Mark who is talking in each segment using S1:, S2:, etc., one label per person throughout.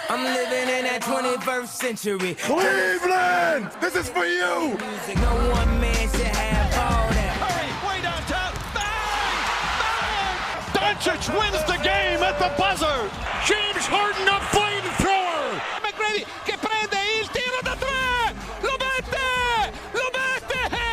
S1: I'm living in that 21st century.
S2: Cleveland, this is for you.
S1: No one man should have all that.
S3: Hurry, way downtown. Bang! Bang! Doncic wins the game at the buzzer. James Harden, a flamethrower. McGrady che prende il tiro da tre. Lo mette! Lo mette!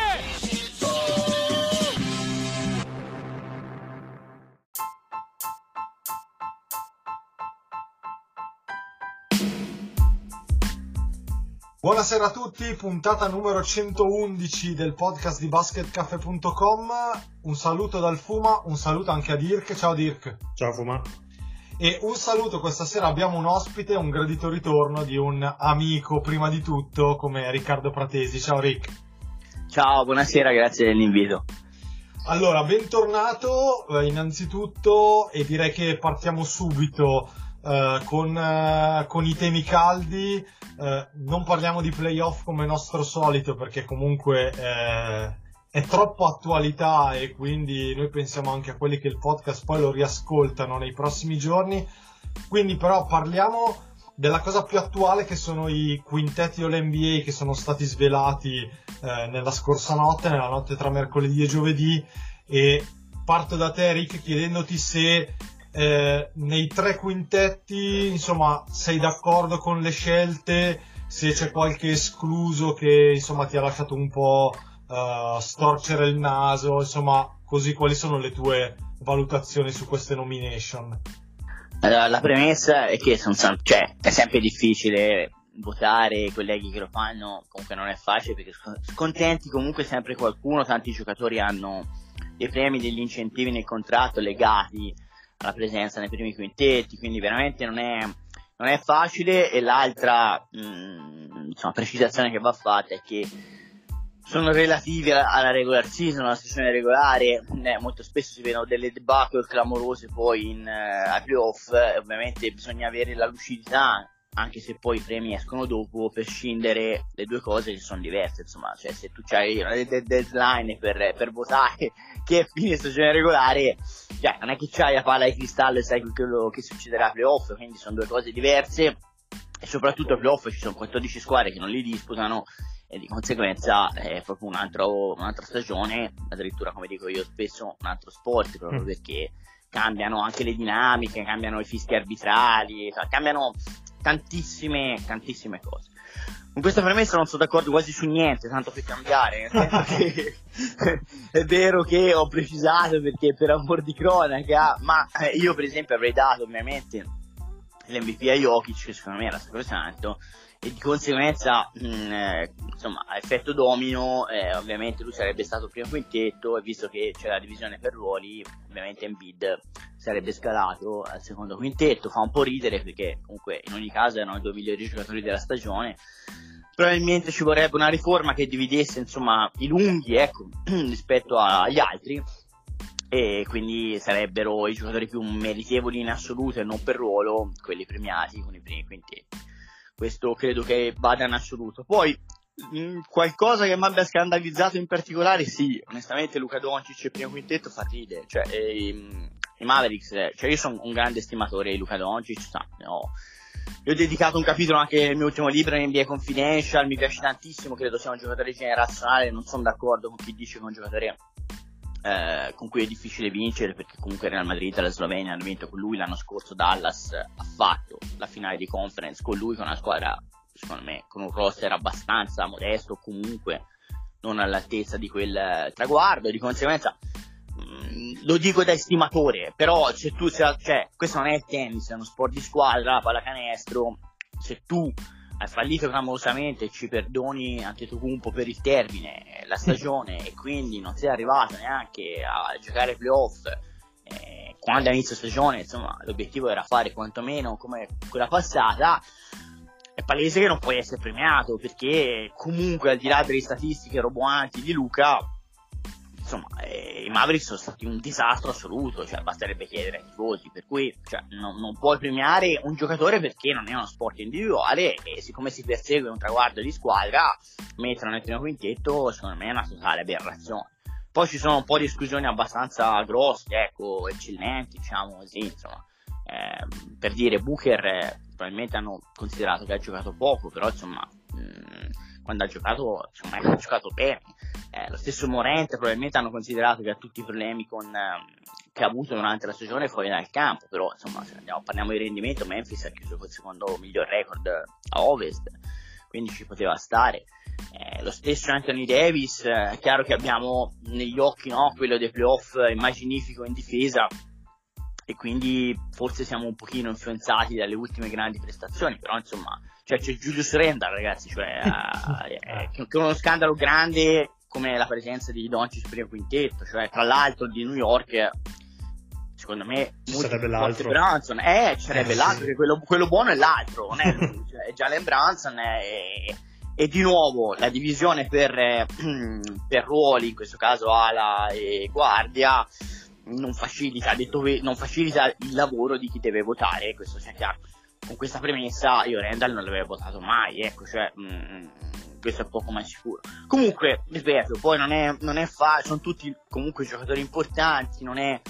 S4: Buonasera a tutti, puntata numero 111 del podcast di basketcafe.com. Un saluto dal Fuma, un saluto anche a Dirk. Ciao Dirk.
S5: Ciao Fuma.
S4: E un saluto, questa sera abbiamo un ospite, un gradito ritorno di un amico prima di tutto come Riccardo Pratesi. Ciao Rick.
S6: Ciao, buonasera, grazie dell'invito.
S4: Allora, bentornato innanzitutto, e direi che partiamo subito con i temi caldi. Non parliamo di playoff come nostro solito perché comunque è troppo attualità e quindi noi pensiamo anche a quelli che il podcast poi lo riascoltano nei prossimi giorni. Quindi però parliamo della cosa più attuale, che sono i quintetti All-NBA che sono stati svelati nella scorsa notte, nella notte tra mercoledì e giovedì, e parto da te Rick chiedendoti se nei tre quintetti, insomma, sei d'accordo con le scelte, se c'è qualche escluso che, insomma, ti ha lasciato un po' storcere il naso, insomma, così, quali sono le tue valutazioni su queste nomination?
S6: Allora, la premessa è che è sempre difficile votare, i colleghi che lo fanno comunque non è facile perché scontenti comunque sempre qualcuno, tanti giocatori hanno dei premi, degli incentivi nel contratto legati alla presenza nei primi quintetti, quindi veramente non è facile. E l'altra precisazione che va fatta è che sono relativi alla regular season, alla stagione regolare. Molto spesso si vedono delle debacle clamorose poi ai playoff, ovviamente bisogna avere la lucidità, anche se poi i premi escono dopo, per scindere le due cose che sono diverse, insomma, cioè se tu c'hai una deadline per votare che è fine stagione regolare, cioè non è che c'hai la palla di cristallo e sai quello che succederà ai playoff, quindi sono due cose diverse, e soprattutto ai playoff ci sono 14 squadre che non li disputano e di conseguenza è proprio un'altra stagione, addirittura, come dico io spesso, un altro sport, proprio perché cambiano anche le dinamiche, cambiano i fischi arbitrali, cambiano tantissime cose. Con questa premessa non sono d'accordo quasi su niente, tanto per cambiare, nel senso che è vero che ho precisato perché per amor di cronaca, ma io per esempio avrei dato ovviamente l'MVP a Jokic, che secondo me era sacrosanto, e di conseguenza a effetto domino ovviamente lui sarebbe stato il primo quintetto, e visto che c'è la divisione per ruoli ovviamente Embiid sarebbe scalato al secondo quintetto. Fa un po' ridere perché comunque in ogni caso erano i due migliori giocatori della stagione. Probabilmente ci vorrebbe una riforma che dividesse insomma i lunghi, ecco, rispetto agli altri, e quindi sarebbero i giocatori più meritevoli in assoluto e non per ruolo quelli premiati con i primi quintetti. Questo credo che vada in assoluto. Poi qualcosa che mi abbia scandalizzato in particolare, sì, onestamente Luka Doncic il primo quintetto fa ridere, cioè i Mavericks, cioè io sono un grande stimatore di Luka Doncic, io ho dedicato un capitolo anche nel mio ultimo libro in NBA Confidential, mi piace tantissimo, credo sia un giocatore generazionale, non sono d'accordo con chi dice che è un giocatore con cui è difficile vincere, perché comunque Real Madrid e la Slovenia hanno vinto con lui, l'anno scorso Dallas ha fatto la finale di conference con lui, con una squadra secondo me con un roster abbastanza modesto, comunque non all'altezza di quel traguardo, di conseguenza lo dico da estimatore, però se tu questo non è il tennis, è uno sport di squadra, pallacanestro, se tu hai fallito clamorosamente, ci perdoni Antetokounmpo per il termine la stagione e quindi non sei arrivato neanche a giocare playoff quando all'inizio stagione, insomma l'obiettivo era fare quantomeno come quella passata, è palese che non puoi essere premiato, perché comunque al di là delle statistiche roboanti di Luka, insomma i Mavericks sono stati un disastro assoluto, cioè basterebbe chiedere ai tifosi, per cui non puoi premiare un giocatore perché non è uno sport individuale, e siccome si persegue un traguardo di squadra, metterlo nel primo quintetto secondo me è una totale aberrazione. Poi ci sono un po' di esclusioni abbastanza grosse, ecco, eccellenti, diciamo così, insomma. Per dire, Booker probabilmente hanno considerato che ha giocato poco, però insomma quando ha giocato, insomma, ha giocato bene. Lo stesso Morente probabilmente hanno considerato che ha tutti i problemi che ha avuto durante la stagione fuori dal campo, però insomma se parliamo di rendimento, Memphis ha chiuso col secondo miglior record a Ovest, quindi ci poteva stare. Lo stesso Anthony Davis, è chiaro che abbiamo negli occhi, no, quello dei playoff immaginifico in difesa, e quindi forse siamo un pochino influenzati dalle ultime grandi prestazioni, però insomma c'è Julius Randle, ragazzi, che è uno scandalo grande come la presenza di Doncic per il quintetto, cioè tra l'altro di New York, secondo me
S5: sarebbe l'altro
S6: Brunson, sarebbe l'altro, che quello buono è l'altro, non è lui, cioè, è Jalen Brunson, e di nuovo la divisione per ruoli, in questo caso ala e guardia, non facilita il lavoro di chi deve votare, questo sia chiaro. Con questa premessa io Randall non l'avevo votato mai, ecco, cioè questo è poco ma sicuro. Comunque, ripeto, poi non è facile, sono tutti comunque giocatori importanti, non è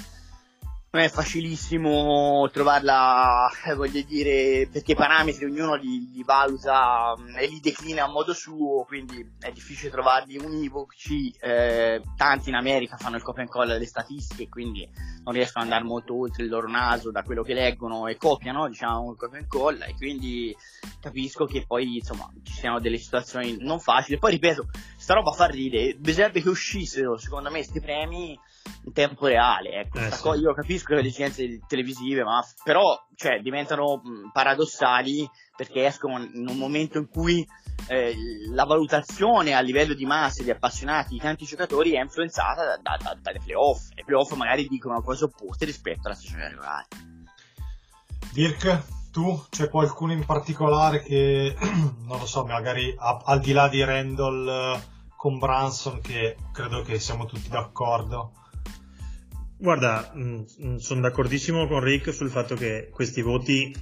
S6: facilissimo trovarla, voglio dire, perché i parametri ognuno li valuta e li declina a modo suo, quindi è difficile trovarli univoci. Tanti in America fanno il copia e incolla delle statistiche, quindi non riescono ad andare molto oltre il loro naso da quello che leggono e copiano, diciamo, il copia e incolla, e quindi capisco che poi insomma ci siano delle situazioni non facili. Poi ripeto, sta roba fa ridere, bisognerebbe che uscissero secondo me sti premi in tempo reale, ecco.
S5: Sì.
S6: Io capisco le licenze televisive, ma però cioè diventano paradossali, perché escono in un momento in cui la valutazione a livello di massa di appassionati di tanti giocatori è influenzata dalle playoff, e i playoff magari dicono cose opposte rispetto alla stagione regolare.
S4: Dirk, tu c'è qualcuno in particolare che non lo so, magari al di là di Randall con Brunson, che credo che siamo tutti d'accordo?
S5: Guarda, sono d'accordissimo con Rick sul fatto che questi voti,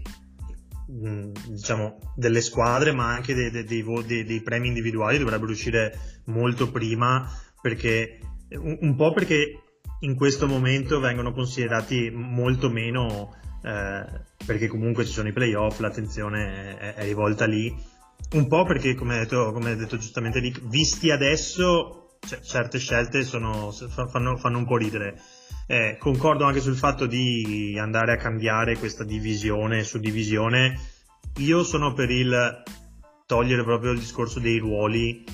S5: diciamo, delle squadre, ma anche dei premi individuali dovrebbero uscire molto prima, perché un po' perché in questo momento vengono considerati molto meno, perché comunque ci sono i playoff, l'attenzione è rivolta lì, un po' perché come ha detto giustamente Rick, visti adesso certe scelte fanno un po' ridere. Concordo anche sul fatto di andare a cambiare questa divisione su divisione. Io sono per il togliere proprio il discorso dei ruoli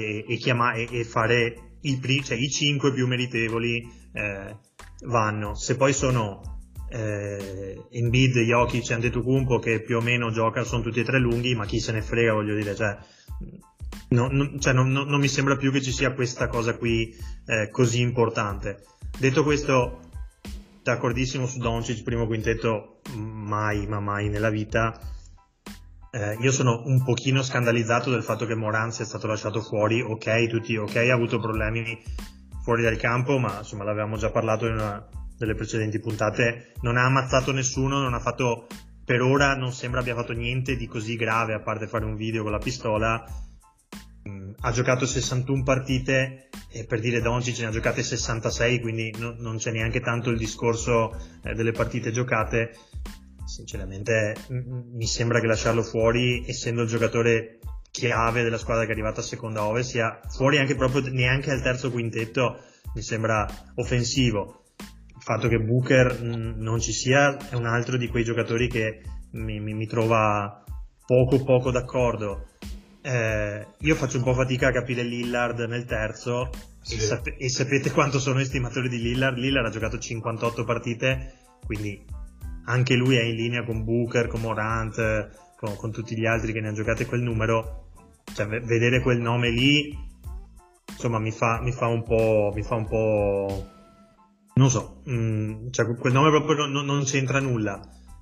S5: e fare i 5 più meritevoli vanno. Se poi sono Embiid, Jokic e Antetokounmpo, che più o meno giocano, sono tutti e tre lunghi, ma chi se ne frega, voglio dire, non mi sembra più che ci sia questa cosa qui così importante. Detto questo, d'accordissimo su Doncic, primo quintetto mai nella vita. Io sono un pochino scandalizzato del fatto che Morant sia stato lasciato fuori. Ok, ha avuto problemi fuori dal campo, ma insomma l'avevamo già parlato in una delle precedenti puntate. Non ha ammazzato nessuno, non ha fatto, per ora non sembra abbia fatto niente di così grave, a parte fare un video con la pistola. Ha giocato 61 partite, e per dire Doncic ne ha giocate 66, quindi non c'è neanche tanto il discorso delle partite giocate. Sinceramente mi sembra che lasciarlo fuori, essendo il giocatore chiave della squadra che è arrivata a seconda Ovest, sia fuori anche proprio neanche al terzo quintetto, mi sembra offensivo. Il fatto che Booker non ci sia è un altro di quei giocatori che mi trova poco d'accordo. Io faccio un po' fatica a capire Lillard nel terzo, sì. E sapete quanto sono estimatori di Lillard. Lillard ha giocato 58 partite, quindi anche lui è in linea con Booker, con Morant, con tutti gli altri che ne hanno giocate quel numero. Cioè, vedere quel nome lì, insomma, mi fa un po' non so, cioè quel nome proprio non c'entra nulla.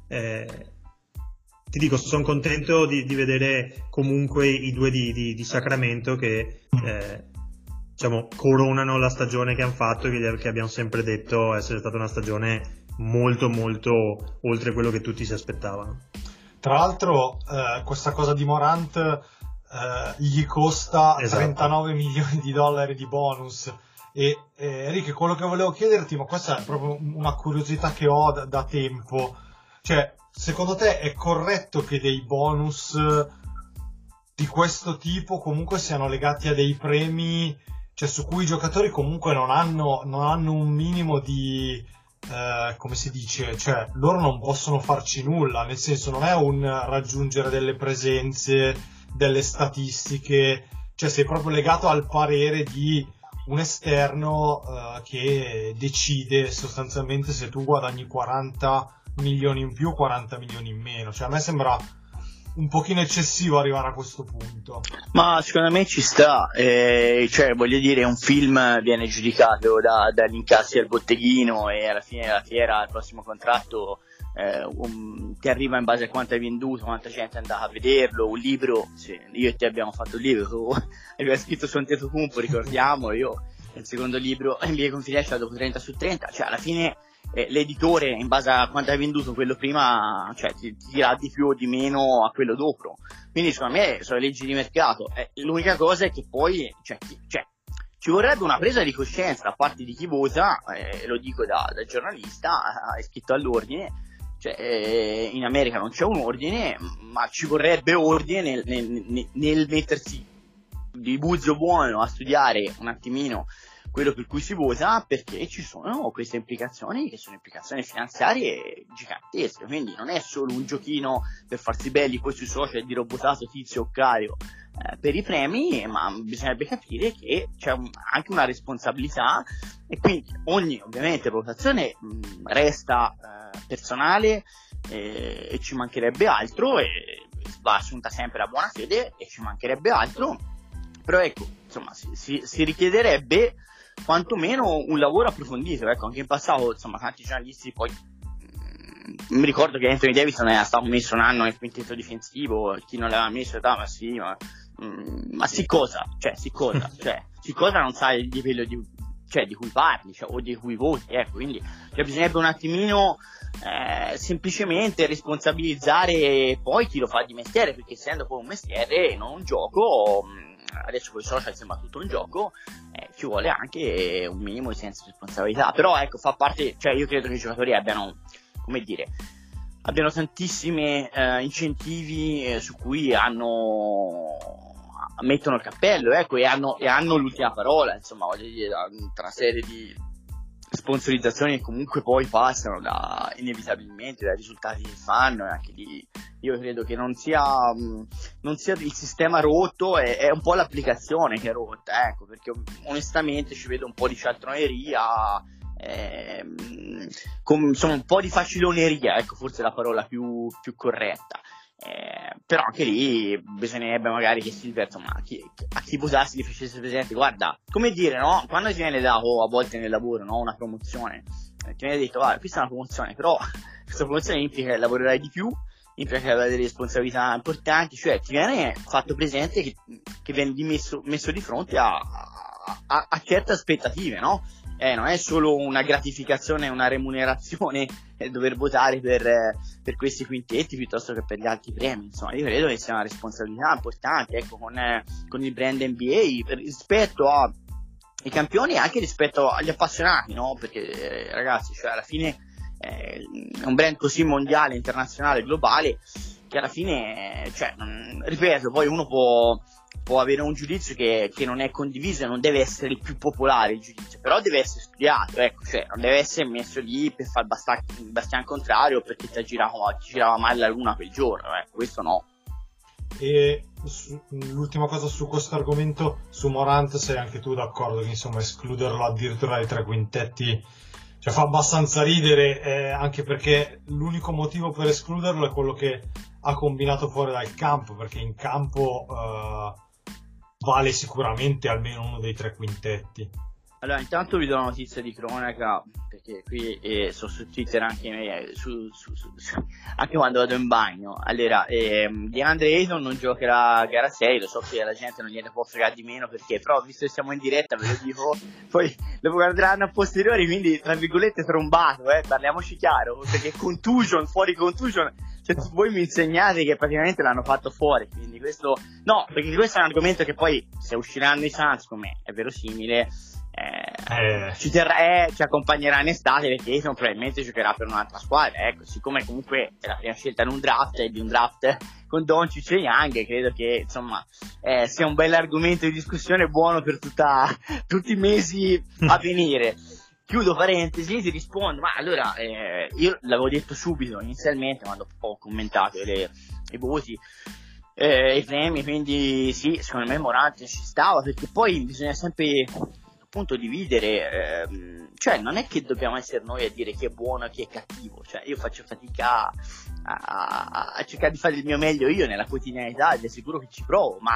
S5: Ti dico, sono contento di vedere comunque i due di Sacramento che diciamo coronano la stagione che hanno fatto, che abbiamo sempre detto essere stata una stagione molto oltre quello che tutti si aspettavano.
S4: Tra l'altro questa cosa di Morant gli costa, esatto, 39 milioni di dollari di bonus. E Rick, quello che volevo chiederti, ma questa è proprio una curiosità che ho da tempo, Cioè, secondo te è corretto che dei bonus di questo tipo comunque siano legati a dei premi, cioè su cui i giocatori comunque non hanno un minimo di, come si dice, cioè loro non possono farci nulla, nel senso non è un raggiungere delle presenze, delle statistiche, cioè sei proprio legato al parere di un esterno che decide sostanzialmente se tu guadagni 40 milioni in più o 40 milioni in meno. Cioè a me sembra un pochino eccessivo arrivare a questo punto.
S6: Ma secondo me ci sta, cioè voglio dire, un film viene giudicato dagli incassi al botteghino e alla fine della fiera, al prossimo contratto, ti arriva in base a quanto hai venduto, quanta gente è andata a vederlo. Un libro, io e te abbiamo fatto un libro, tu avevi scritto su Antetokounmpo, ricordiamo, io il secondo libro NBA Confidential dopo 30 su 30, cioè alla fine l'editore in base a quanto hai venduto quello prima, cioè ti dirà di più o di meno a quello dopo. Quindi secondo me sono le leggi di mercato. L'unica cosa è che poi ci vorrebbe una presa di coscienza da parte di chi vota, lo dico da giornalista iscritto all'ordine. Cioè, in America non c'è un ordine, ma ci vorrebbe ordine nel mettersi di buzzo buono a studiare un attimino quello per cui si vota, perché ci sono queste implicazioni che sono implicazioni finanziarie gigantesche. Quindi non è solo un giochino per farsi belli poi sui social dire ho votato Tizio o Caio per i premi, ma bisognerebbe capire che c'è anche una responsabilità, e quindi ogni ovviamente votazione resta personale, e ci mancherebbe altro, e va assunta sempre la buona fede, e ci mancherebbe altro, però ecco, insomma si richiederebbe quantomeno un lavoro approfondito. Ecco, anche in passato, insomma, tanti giornalisti poi mi ricordo che Anthony Davis era stato messo un anno nel quintetto difensivo, chi non l'aveva messo ma sì, ma sì cosa? Cioè sì cosa non sa il livello di cui parli, cioè, o di cui voti, ecco. Quindi bisognerebbe un attimino semplicemente responsabilizzare poi chi lo fa di mestiere, perché essendo poi un mestiere, non un gioco, adesso con i social sembra tutto un gioco, ci vuole anche un minimo di senso di responsabilità. Però ecco, fa parte, cioè io credo che i giocatori abbiano tantissimi incentivi su cui mettono il cappello, ecco, e hanno l'ultima parola, insomma, voglio dire, tra una serie di sponsorizzazioni che comunque poi passano inevitabilmente dai risultati che fanno, e anche lì io credo che non sia il sistema rotto, è un po' l'applicazione che è rotta, ecco, perché onestamente ci vedo un po' di cialtroneria, insomma un po' di faciloneria, ecco, forse è la parola più corretta. Però anche lì bisognerebbe magari che Silver, insomma, a chi votasse gli facesse presente, guarda, come dire, no? Quando ti viene dato a volte nel lavoro, no, una promozione, ti viene detto, guarda, questa è una promozione, però questa promozione implica che lavorerai di più, implica che avrai delle responsabilità importanti, cioè ti viene fatto presente che vieni messo di fronte a certe aspettative, no? Non è solo una gratificazione, una remunerazione dover votare per questi quintetti piuttosto che per gli altri premi. Insomma, io credo che sia una responsabilità importante, ecco, con il brand NBA rispetto ai campioni e anche rispetto agli appassionati, no? Perché ragazzi, cioè alla fine è un brand così mondiale, internazionale, globale, che alla fine, cioè, ripeto, poi uno può avere un giudizio che non è condiviso e non deve essere il più popolare il giudizio, però deve essere studiato, ecco, cioè non deve essere messo lì per fare il bastian contrario perché ti girava male la luna quel giorno, questo no.
S4: E l'ultima cosa su questo argomento, su Morant, sei anche tu d'accordo che insomma escluderlo addirittura dai tre quintetti, cioè fa abbastanza ridere, anche perché l'unico motivo per escluderlo è quello che ha combinato fuori dal campo, perché in campo vale sicuramente almeno uno dei tre quintetti.
S6: Allora, intanto vi do una notizia di cronaca, perché qui sono su Twitter anche anche quando vado in bagno. Allora, DeAndre Ayton non giocherà gara 6, lo so che la gente non gliene può fregare di meno, perché però visto che siamo in diretta ve lo dico, poi lo guarderanno a posteriori, quindi tra virgolette trombato, parliamoci chiaro, perché fuori contusion, cioè voi mi insegnate che praticamente l'hanno fatto fuori, quindi questo no, perché questo è un argomento che poi se usciranno i Suns, come è verosimile, ci accompagnerà in estate, perché Ayton probabilmente giocherà per un'altra squadra. Ecco, siccome comunque è la prima scelta in un draft, e di un draft con Doncic e Young, credo che insomma sia un bel argomento di discussione, buono per tutti i mesi a venire. Chiudo parentesi, ti rispondo, ma allora io l'avevo detto subito inizialmente quando ho commentato i voti, i premi, quindi sì, secondo me Morant ci stava, perché poi bisogna sempre appunto dividere, cioè non è che dobbiamo essere noi a dire chi è buono e chi è cattivo, cioè io faccio fatica a cercare di fare il mio meglio io nella quotidianità, ed è sicuro che ci provo, ma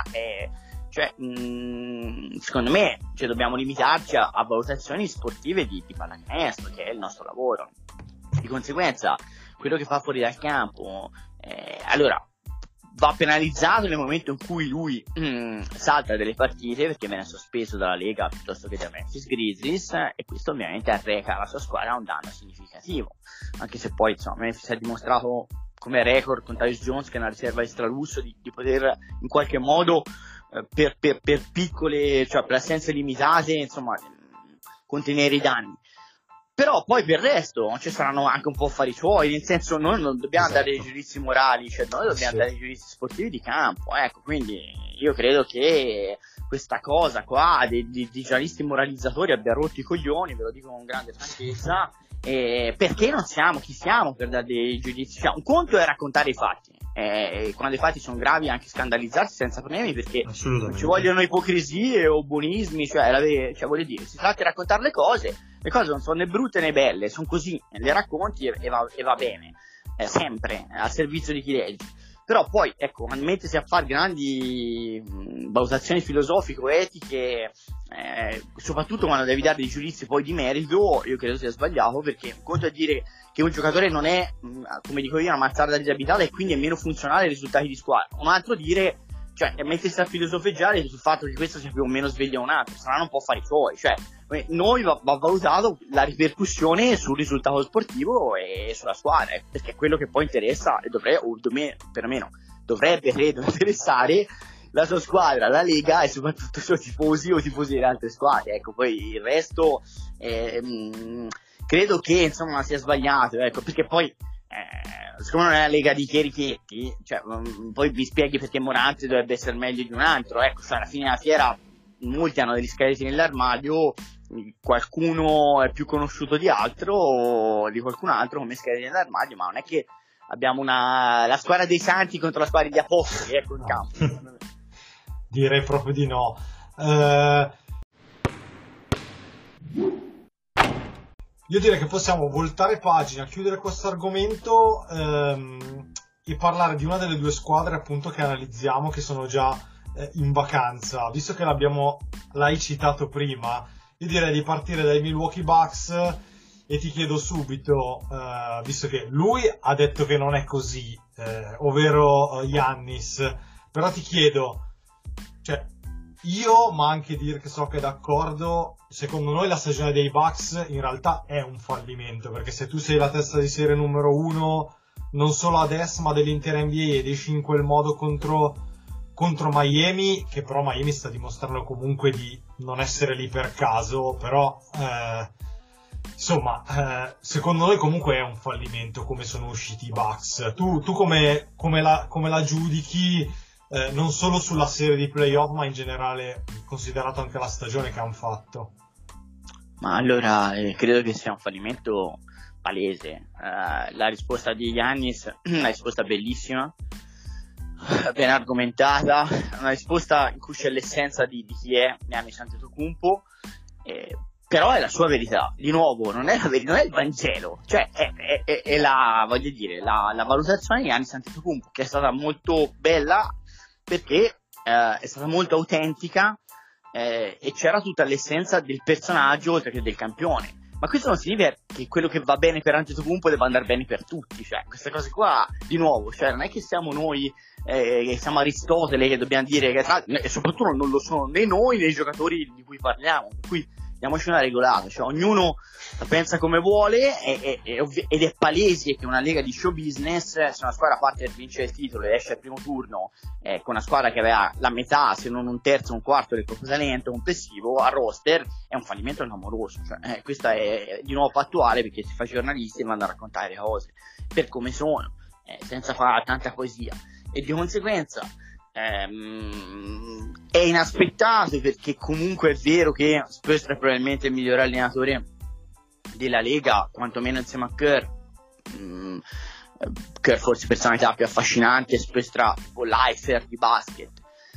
S6: secondo me dobbiamo limitarci a valutazioni sportive di pallacanestro, che è il nostro lavoro. Di conseguenza quello che fa fuori dal campo allora va penalizzato nel momento in cui lui salta delle partite, perché viene sospeso dalla Lega piuttosto che da Memphis Grizzlies, e questo ovviamente arreca alla sua squadra un danno significativo, anche se poi insomma Memphis ha dimostrato come record con Tyus Jones, che è una riserva di stralusso, di poter in qualche modo per piccole, cioè per assenze limitate, insomma contenere i danni. Però poi per il resto ci saranno anche un po' affari suoi, nel senso noi non dobbiamo dare dei giudizi morali, cioè noi dobbiamo dare dei giudizi sportivi di campo, ecco, quindi io credo che questa cosa qua di giornalisti moralizzatori abbia rotto i coglioni, ve lo dico con grande franchezza, perché non siamo, chi siamo per dare dei giudizi? Cioè, un conto è raccontare i fatti, quando i fatti sono gravi anche scandalizzarsi senza problemi, perché non ci vogliono ipocrisie o buonismi, cioè voglio dire, si tratta di raccontare le cose non sono né brutte né belle, sono così, le racconti e va bene, sempre al servizio di chi legge. Però poi ecco, mettersi a fare grandi valutazioni filosofico-etiche, soprattutto quando devi dare dei giudizi poi di merito, io credo sia sbagliato, perché un conto è dire che un giocatore non è, come dico io, una mazzarda disabitata e quindi è meno funzionale ai risultati di squadra, un altro dire, cioè mettersi a filosofeggiare sul fatto che questo sia più o meno sveglio un altro, saranno un po' affari suoi, cioè noi va valutato la ripercussione sul risultato sportivo e sulla squadra, perché è quello che poi interessa e dovrebbe credo interessare la sua squadra, la Lega e soprattutto i suoi tifosi o tifosi delle altre squadre. Ecco, poi il resto credo che insomma sia sbagliato, ecco, perché poi siccome non è la Lega di chierichetti, cioè poi vi spieghi perché Morant dovrebbe essere meglio di un altro, ecco, cioè alla fine della fiera molti hanno degli scheletri nell'armadio, qualcuno è più conosciuto di qualcun altro come scheletri nell'armadio, ma non è che abbiamo la squadra dei santi contro la squadra degli apostoli, ecco, in campo.
S4: Direi proprio di no. Io direi che possiamo voltare pagina, chiudere questo argomento e parlare di una delle due squadre appunto che analizziamo, che sono già in vacanza. Visto che l'hai citato prima, io direi di partire dai Milwaukee Bucks e ti chiedo subito, visto che lui ha detto che non è così, ovvero Giannis, però ti chiedo, cioè io, ma anche dire che so che è d'accordo, secondo noi la stagione dei Bucks in realtà è un fallimento, perché se tu sei la testa di serie numero 1 non solo adesso ma dell'intera NBA ed esci in quel modo contro Miami, che però Miami sta dimostrando comunque di non essere lì per caso, però insomma secondo noi comunque è un fallimento come sono usciti i Bucks. Tu come la giudichi, non solo sulla serie di playoff ma in generale, considerato anche la stagione che hanno fatto?
S6: Ma allora credo che sia un fallimento palese. La risposta di Giannis è una risposta bellissima, ben argomentata, una risposta in cui c'è l'essenza di chi è Giannis Antetokounmpo, però è la sua verità. Di nuovo, non è la verità, non è il Vangelo, cioè è la, voglio dire, la valutazione di Giannis Antetokounmpo, che è stata molto bella perché è stata molto autentica, e c'era tutta l'essenza del personaggio oltre che del campione. Ma questo non significa che quello che va bene per Antetokounmpo deve andare bene per tutti, cioè queste cose qua, di nuovo, cioè non è che siamo noi che siamo Aristotele che dobbiamo dire che e soprattutto non lo sono né noi né i giocatori di cui parliamo, per cui diamoci una regolata, cioè ognuno pensa come vuole ed è palese che una lega di show business, se una squadra parte per vincere il titolo e esce al primo turno con una squadra che aveva la metà, se non un terzo, un quarto del proprio talento complessivo a roster, è un fallimento clamoroso, cioè, questo è di nuovo fattuale, perché si fa giornalisti e vanno a raccontare le cose per come sono, senza fare tanta poesia, e di conseguenza è inaspettato, perché comunque è vero che Spoelstra è probabilmente il migliore allenatore della Lega, quantomeno insieme a Kerr. Kerr forse personalità più affascinante, Spoelstra tipo lifer di basket.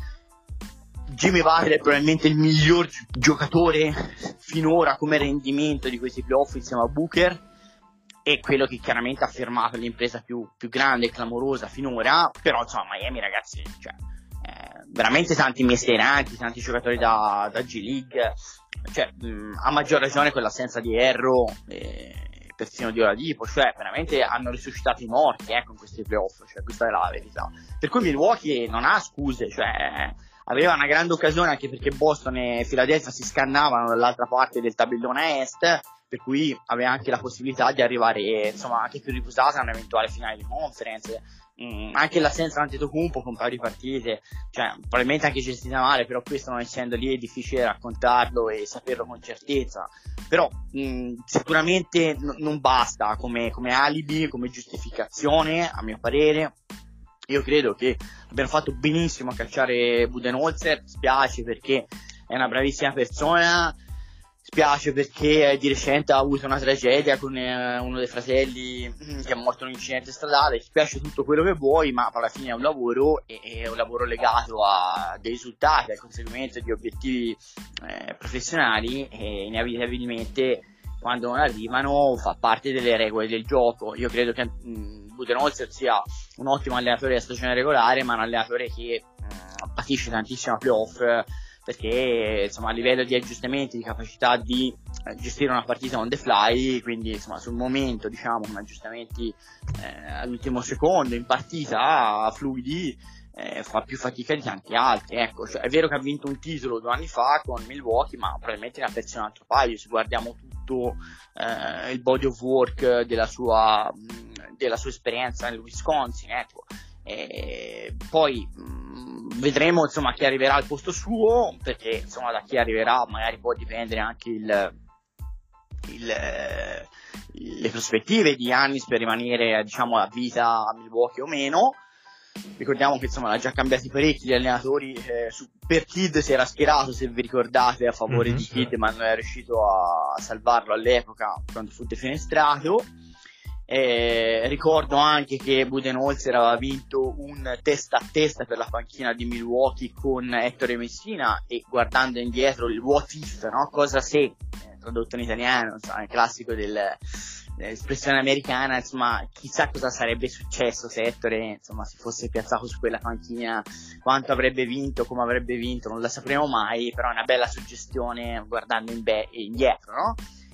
S6: Jimmy Butler è probabilmente il miglior giocatore finora come rendimento di questi playoff insieme a Booker, e quello che chiaramente ha fermato l'impresa più grande e clamorosa finora. Però insomma Miami, ragazzi, cioè, veramente tanti mestieranti, tanti giocatori da G League, cioè, a maggior ragione con l'assenza di Herro e persino di Oladipo, cioè veramente hanno risuscitato i morti in questi playoff, cioè questa è la verità. Per cui Milwaukee non ha scuse, cioè aveva una grande occasione, anche perché Boston e Philadelphia si scannavano dall'altra parte del tabellone est, per cui aveva anche la possibilità di arrivare insomma anche più riposata a un'eventuale finale di conference. Anche l'assenza di Antetokounmpo con un paio di partite, cioè probabilmente anche gestita male, però questo, non essendo lì, è difficile raccontarlo e saperlo con certezza. Però sicuramente non basta come alibi, come giustificazione, a mio parere. Io credo che abbiano fatto benissimo a cacciare Budenholzer, spiace perché è una bravissima persona, spiace perché di recente ha avuto una tragedia con uno dei fratelli che è morto in un incidente stradale. Spiace tutto quello che vuoi, ma alla fine è un lavoro, e è un lavoro legato a dei risultati, al conseguimento di obiettivi professionali, e inevitabilmente quando non arrivano fa parte delle regole del gioco. Io credo che Budenholzer sia un ottimo allenatore della stagione regolare, ma un allenatore che patisce tantissimo a playoff, perché insomma a livello di aggiustamenti, di capacità di gestire una partita on the fly, quindi insomma sul momento, diciamo, con aggiustamenti all'ultimo secondo in partita fluidi, fa più fatica di tanti altri. Ecco, cioè, è vero che ha vinto un titolo 2 anni fa con Milwaukee, ma probabilmente ne ha perso un altro paio, se guardiamo tutto il body of work della sua esperienza nel Wisconsin, ecco. Poi vedremo insomma chi arriverà al posto suo, perché insomma da chi arriverà magari può dipendere anche le prospettive di Giannis per rimanere, diciamo, a vita a Milwaukee o meno. Ricordiamo che insomma ha già cambiati parecchi gli allenatori, per Kidd si era schierato, se vi ricordate, a favore di Kidd, ma non è riuscito a salvarlo all'epoca quando fu defenestrato. Ricordo anche che Budenholzer aveva vinto un testa a testa per la panchina di Milwaukee con Ettore Messina, e guardando indietro il what if, no? Cosa se, tradotto in italiano, insomma, il classico dell'espressione americana, insomma, chissà cosa sarebbe successo se Ettore insomma si fosse piazzato su quella panchina, quanto avrebbe vinto, come avrebbe vinto, non la sapremo mai, però è una bella suggestione guardando indietro, no?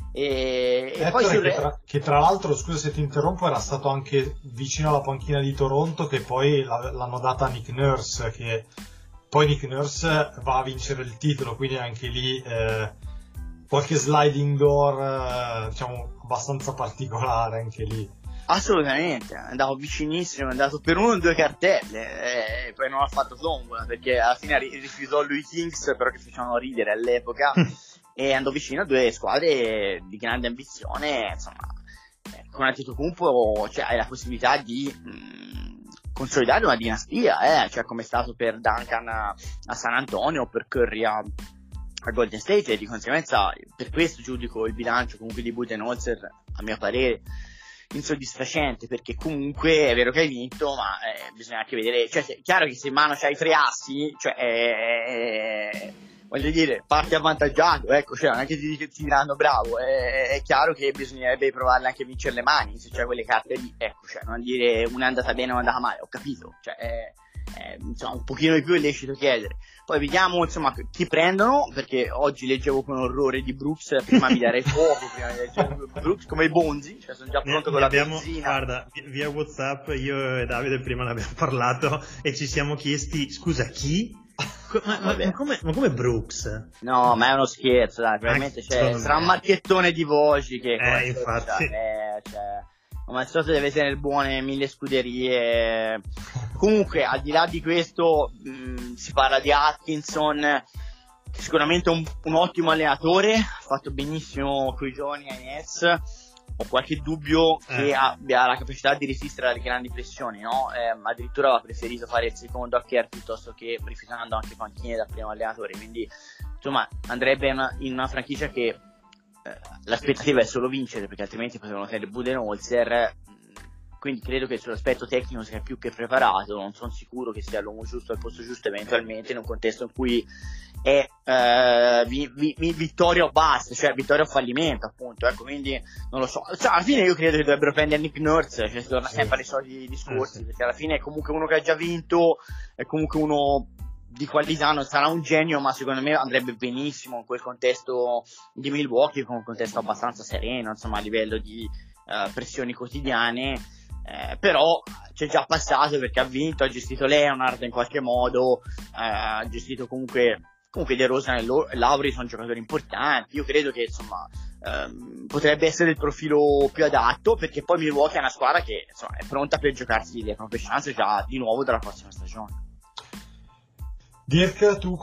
S6: E poi
S4: che tra l'altro, scusa se ti interrompo, era stato anche vicino alla panchina di Toronto, che poi l'hanno data a Nick Nurse, che poi Nick Nurse va a vincere il titolo, quindi anche lì qualche sliding door diciamo abbastanza particolare anche lì.
S6: Assolutamente, è andato vicinissimo, è andato per 1 o 2 cartelle, e poi non ha fatto tombola, perché alla fine rifiutò lui Kings, però che facevano ridere all'epoca. E andò vicino a 2 squadre di grande ambizione, insomma, con Antetokounmpo, cioè, hai la possibilità di consolidare una dinastia, cioè come è stato per Duncan a San Antonio, per Curry a Golden State, e di conseguenza per questo giudico il bilancio comunque di Budenholzer, a mio parere, insoddisfacente, perché comunque è vero che hai vinto, ma bisogna anche vedere, cioè è chiaro che se in mano c'hai 3 assi, cioè voglio dire, parti avvantaggiato, ecco, cioè non è che ti diranno bravo, è chiaro che bisognerebbe provarle anche a vincere le mani, se c'è quelle carte lì, ecco, cioè non dire una è andata bene o una è andata male, ho capito, cioè insomma un pochino di più è lecito chiedere. Poi vediamo insomma chi prendono, perché oggi leggevo con orrore di Brooks, prima mi darei fuoco, prima mi leggevo Brooks come i Bonzi, cioè sono già pronto con la benzina.
S5: Guarda, via WhatsApp io e Davide prima ne abbiamo parlato e ci siamo chiesti, scusa, chi? ma come Brooks?
S6: No, ma è uno scherzo, dai, probabilmente sarà un marchettone di voci che
S5: infatti.
S6: Ma il solito deve tenere buone 1000 scuderie. Comunque, al di là di questo, si parla di Atkinson, che sicuramente è un ottimo allenatore, ha fatto benissimo coi giovani ai Nets. Ho qualche dubbio che abbia la capacità di resistere alle grandi pressioni, no? Addirittura aveva preferito fare il secondo a Kerr piuttosto che rifiutando anche panchine da primo allenatore, quindi insomma andrebbe in una franchigia che l'aspettativa è solo vincere, perché altrimenti potevano tenere Budenholzer, quindi credo che sull'aspetto tecnico sia più che preparato. Non sono sicuro che sia l'uomo giusto al posto giusto eventualmente in un contesto in cui è vittoria o basta, cioè vittoria o fallimento, appunto, ecco, quindi non lo so, cioè, alla fine io credo che dovrebbero prendere Nick Nurse, cioè si torna sempre ai soliti discorsi, perché alla fine è comunque uno che ha già vinto, è comunque uno di qualità, non sarà un genio, ma secondo me andrebbe benissimo in quel contesto di Milwaukee, con un contesto abbastanza sereno, insomma, a livello di pressioni quotidiane, però c'è già passato perché ha vinto, ha gestito Leonard in qualche modo, ha gestito comunque DeRozan e Lowry sono giocatori importanti. Io credo che insomma potrebbe essere il profilo più adatto, perché poi Milwaukee è una squadra che insomma è pronta per giocarsi le proprie chance già di nuovo dalla prossima stagione.
S4: Dirk, tu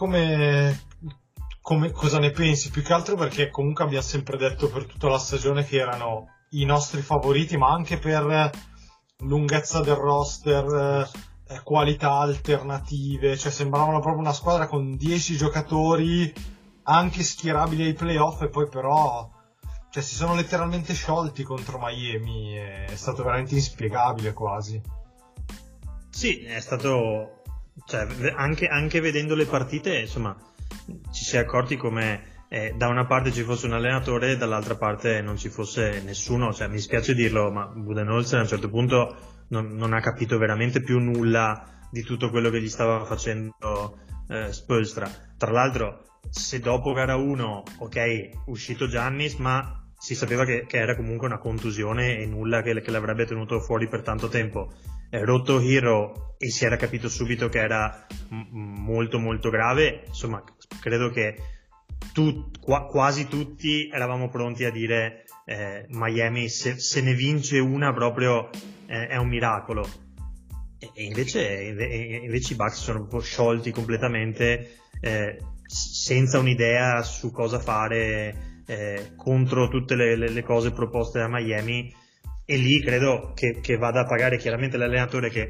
S4: cosa ne pensi? Più che altro perché comunque abbiamo sempre detto per tutta la stagione che erano i nostri favoriti, ma anche per lunghezza del roster, qualità alternative, cioè sembravano proprio una squadra con 10 giocatori anche schierabili ai playoff, e poi però cioè si sono letteralmente sciolti contro Miami, è stato veramente inspiegabile quasi.
S5: Sì, è stato, cioè anche vedendo le partite, insomma, ci si è accorti come da una parte ci fosse un allenatore e dall'altra parte non ci fosse nessuno. Cioè, mi spiace dirlo, ma Budenholzer a un certo punto non ha capito veramente più nulla di tutto quello che gli stava facendo Spoelstra. Tra l'altro, se dopo gara 1, ok, uscito Giannis, ma si sapeva che era comunque una contusione e nulla che l'avrebbe tenuto fuori per tanto tempo. Rotto Hero, e si era capito subito che era molto molto grave. Insomma, credo che quasi tutti eravamo pronti a dire Miami se ne vince una proprio è un miracolo, e invece i Bucks sono proprio sciolti completamente, senza un'idea su cosa fare contro tutte le cose proposte da Miami. E lì credo che vada a pagare chiaramente l'allenatore, che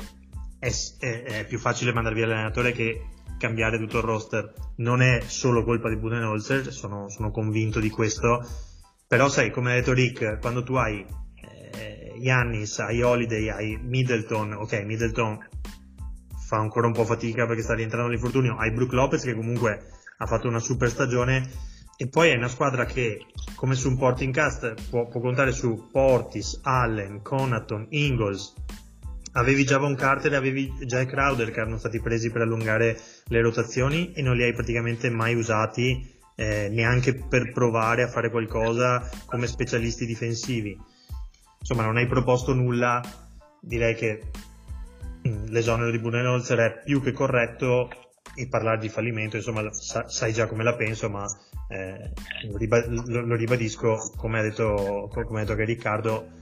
S5: è più facile mandare via l'allenatore che cambiare tutto il roster. Non è solo colpa di Budenholzer, sono convinto di questo, però sai, come ha detto Rick, quando tu hai Giannis, hai Holiday, hai Middleton, ok, Middleton fa ancora un po' fatica perché sta rientrando all'infortunio, hai Brook Lopez che comunque ha fatto una super stagione, e poi hai una squadra che, come su un porting cast, può contare su Portis, Allen, Connaughton, Ingles. Avevi già Von Carter, avevi già Crowder, che erano stati presi per allungare le rotazioni, e non li hai praticamente mai usati, neanche per provare a fare qualcosa come specialisti difensivi. Insomma, non hai proposto nulla. Direi che l'esonero di Budenholzer è più che corretto, e parlare di fallimento, insomma, sai già come la penso, ma lo ribadisco, come ha detto che Riccardo,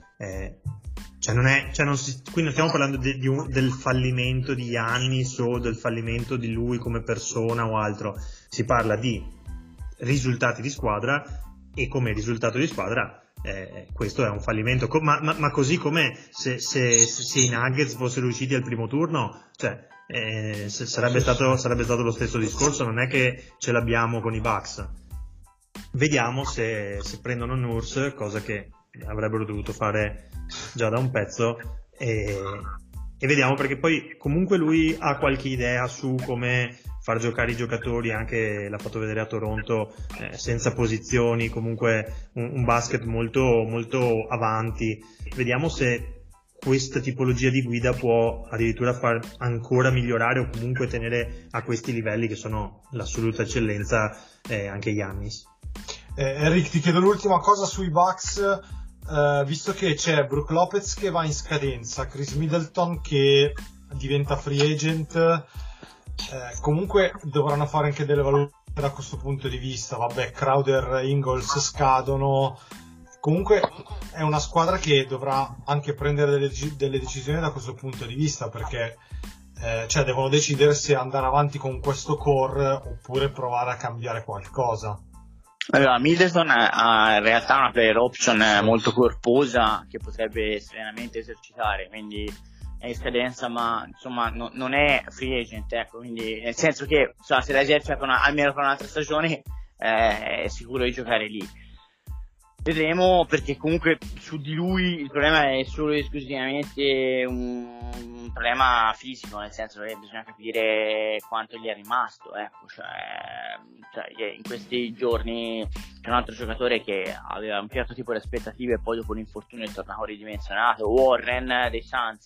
S5: qui non stiamo parlando del fallimento di Giannis o del fallimento di lui come persona o altro. Si parla di risultati di squadra, e come risultato di squadra questo è un fallimento, ma così come se i Nuggets fossero usciti al primo turno, cioè sarebbe stato lo stesso discorso. Non è che ce l'abbiamo con i Bucks. Vediamo se prendono Nurse, cosa che avrebbero dovuto fare già da un pezzo, e vediamo, perché poi comunque lui ha qualche idea su come far giocare i giocatori, anche l'ha fatto vedere a Toronto, senza posizioni, comunque un basket molto molto avanti. Vediamo se questa tipologia di guida può addirittura far ancora migliorare, o comunque tenere a questi livelli che sono l'assoluta eccellenza anche Giannis.
S4: Eric, ti chiedo l'ultima cosa sui Bucks, visto che c'è Brook Lopez che va in scadenza, Chris Middleton che diventa free agent, comunque dovranno fare anche delle valutazioni da questo punto di vista. Vabbè, Crowder e Ingles scadono, comunque è una squadra che dovrà anche prendere delle decisioni da questo punto di vista, perché cioè devono decidere se andare avanti con questo core oppure provare a cambiare qualcosa.
S6: Allora, Middleton ha in realtà una player option molto corposa che potrebbe serenamente esercitare, quindi è in scadenza, ma insomma non è free agent, ecco, quindi nel senso che insomma, se la esercita almeno per un'altra stagione è sicuro di giocare lì. Vedremo, perché comunque su di lui il problema è solo e esclusivamente un problema fisico, nel senso che bisogna capire quanto gli è rimasto, ecco, cioè in questi giorni c'è un altro giocatore che aveva un certo tipo di aspettative e poi dopo l'infortunio è tornato ridimensionato, Warren dei Suns,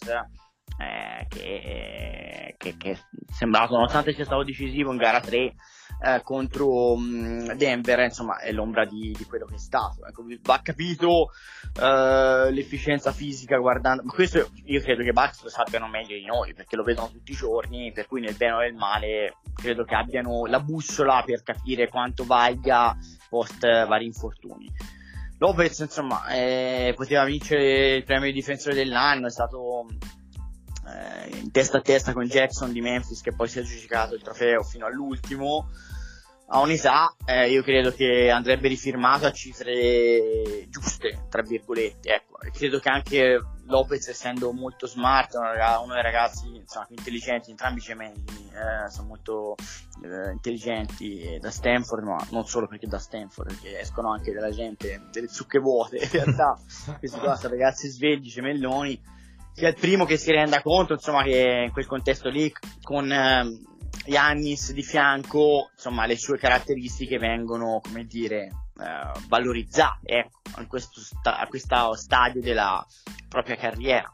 S6: che è sembrato, nonostante sia stato decisivo in gara 3 contro Denver, insomma è l'ombra di quello che è stato, ecco, va capito l'efficienza fisica guardando, ma questo io credo che i Bucks lo sappiano meglio di noi, perché lo vedono tutti i giorni, per cui nel bene o nel male credo che abbiano la bussola per capire quanto valga post vari infortuni. Lopez insomma poteva vincere il premio di difensore dell'anno, è stato in testa a testa con Jackson di Memphis, che poi si è aggiudicato il trofeo fino all'ultimo. A onestà io credo che andrebbe rifirmato a cifre giuste, tra virgolette, ecco. Credo che anche Lopez, essendo molto smart, uno dei ragazzi insomma, più intelligenti, entrambi gemelli sono molto intelligenti da Stanford, ma non solo perché da Stanford, perché escono anche della gente delle zucche vuote in realtà. Questi qua sono ragazzi svegli, gemelloni, sia il primo che si renda conto insomma che in quel contesto lì con Giannis di fianco, insomma le sue caratteristiche vengono, come dire, valorizzate, ecco, a questo stadio della propria carriera.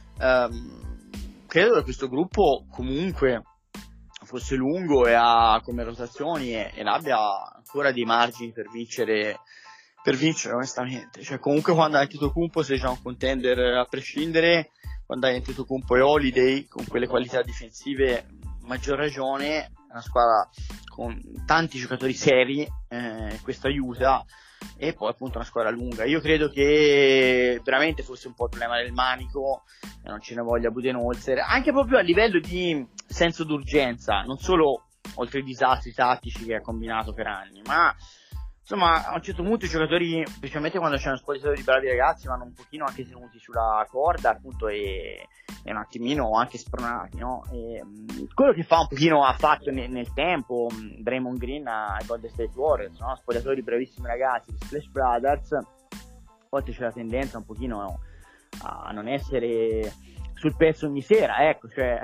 S6: Credo che questo gruppo comunque fosse lungo e ha come rotazioni e abbia ancora dei margini per vincere onestamente, cioè comunque quando hai Antetokounmpo sei già un contender a prescindere, quando hai Antetokounmpo e Holiday con quelle qualità difensive maggior ragione, è una squadra con tanti giocatori seri, questo aiuta, e poi appunto una squadra lunga. Io credo che veramente fosse un po' il problema del manico, non ce ne voglia Budenholzer, anche proprio a livello di senso d'urgenza, non solo oltre ai disastri tattici che ha combinato per anni, ma insomma a un certo punto i giocatori, specialmente quando c'è uno spogliatoio di bravi ragazzi, vanno un pochino anche tenuti sulla corda appunto e un attimino anche spronati, no? E quello che ha fatto nel tempo Draymond Green a Golden State Warriors, no? Spogliatoio di bravissimi ragazzi, di Splash Brothers. A volte c'è la tendenza un pochino a non essere sul pezzo ogni sera, ecco, cioè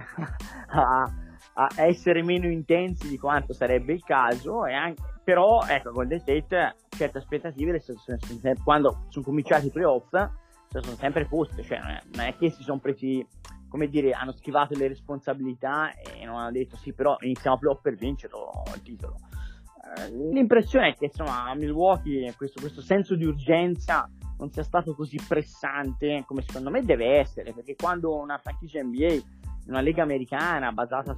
S6: a essere meno intensi di quanto sarebbe il caso, e anche, però ecco, Golden State certe aspettative quando sono cominciati i playoff sono sempre poste, cioè non è che si sono presi, come dire, hanno schivato le responsabilità e non hanno detto sì, però iniziamo a playoff per vincerlo il titolo. L'impressione è che insomma a Milwaukee questo senso di urgenza non sia stato così pressante come secondo me deve essere, perché quando una franchigia NBA in una lega americana basata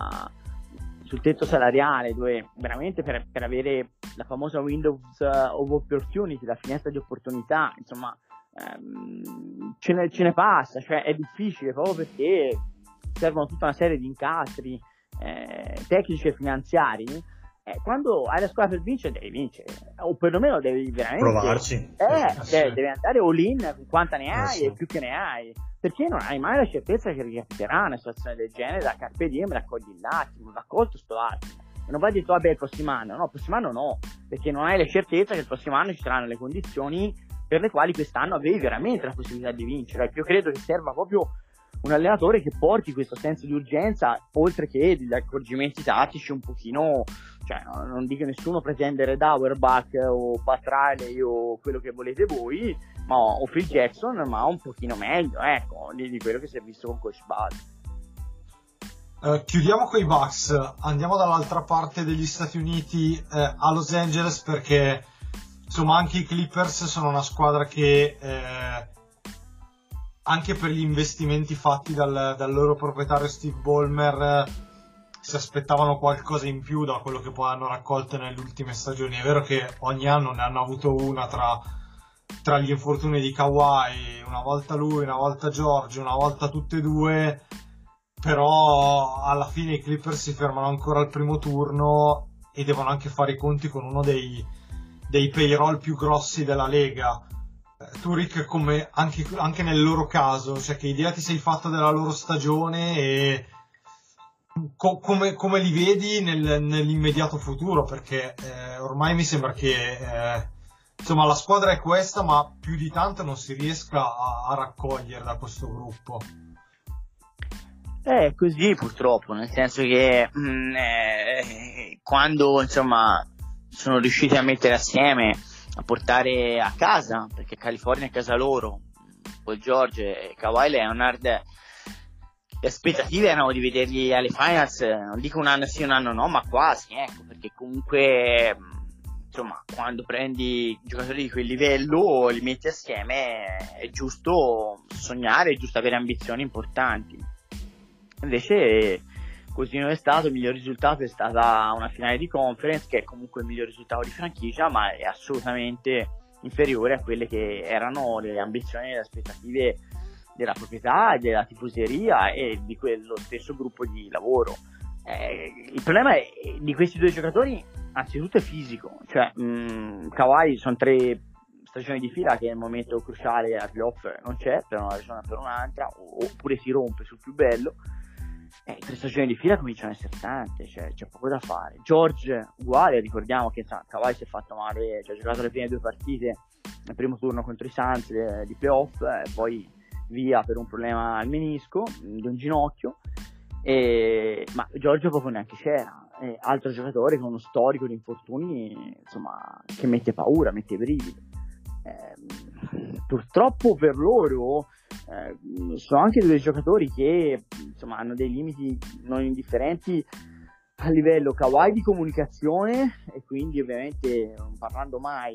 S6: sul tetto salariale, dove veramente per avere la famosa window of opportunity, la finestra di opportunità, insomma ce ne passa, cioè è difficile proprio perché servono tutta una serie di incastri tecnici e finanziari. Quando hai la squadra per vincere devi vincere, o perlomeno devi veramente
S5: provarci,
S6: devi andare all in con quanta ne hai
S5: sì.
S6: E più che ne hai, perché non hai mai la certezza che ricapiterà una situazione del genere. Da carpe diem raccogli l'attimo, raccolto sto attimo e non vai detto vabbè il prossimo anno no, perché non hai la certezza che il prossimo anno ci saranno le condizioni per le quali quest'anno avevi veramente la possibilità di vincere. Io credo che serva proprio un allenatore che porti questo senso di urgenza, oltre che degli accorgimenti tattici un pochino, cioè non dico nessuno pretende Red Auerbach o Pat Riley o quello che volete voi, ma o Phil Jackson, ma un pochino meglio, ecco, di quello che si è visto con Coach Bud.
S4: Chiudiamo con i Bucks, andiamo dall'altra parte degli Stati Uniti, a Los Angeles, perché insomma anche i Clippers sono una squadra che anche per gli investimenti fatti dal loro proprietario Steve Ballmer si aspettavano qualcosa in più da quello che poi hanno raccolto nelle ultime stagioni. È vero che ogni anno ne hanno avuto una tra gli infortuni di Kawhi, una volta lui, una volta George, una volta tutte e due, però alla fine i Clippers si fermano ancora al primo turno e devono anche fare i conti con uno dei payroll più grossi della Lega. Tu, Rick, come anche nel loro caso, cioè, che idea ti sei fatta della loro stagione e come li vedi nell'immediato futuro? Perché ormai mi sembra che insomma la squadra è questa, ma più di tanto non si riesca a raccogliere da questo gruppo.
S6: È così purtroppo, nel senso che quando insomma sono riusciti a mettere assieme, a portare a casa, perché California è casa loro, Paul George e Kawhi Leonard, le aspettative erano di vederli alle finals, non dico un anno sì un anno no, ma quasi, ecco, perché comunque insomma quando prendi giocatori di quel livello li metti assieme è giusto sognare, è giusto avere ambizioni importanti. Invece così non è stato. Il miglior risultato è stata una finale di conference, che è comunque il miglior risultato di franchigia, ma è assolutamente inferiore a quelle che erano le ambizioni e le aspettative della proprietà, della tifoseria e di quello stesso gruppo di lavoro. Il problema di questi due giocatori anzitutto è fisico, cioè Kawhi sono 3 stagioni di fila che nel momento cruciale a playoff non c'è, per una ragione o per un'altra, oppure si rompe sul più bello. 3 stagioni di fila cominciano a essere tante, cioè c'è poco da fare. George uguale, ricordiamo che Kawhi si è fatto male, cioè ha giocato le prime 2 partite nel primo turno contro i Suns di playoff, poi via per un problema al menisco di un ginocchio, ma George proprio neanche c'era. Altro giocatore con uno storico di infortuni, insomma, che mette paura, mette i brividi. Purtroppo per loro sono anche 2 giocatori che insomma hanno dei limiti non indifferenti a livello Kawhi di comunicazione, e quindi ovviamente non parlando mai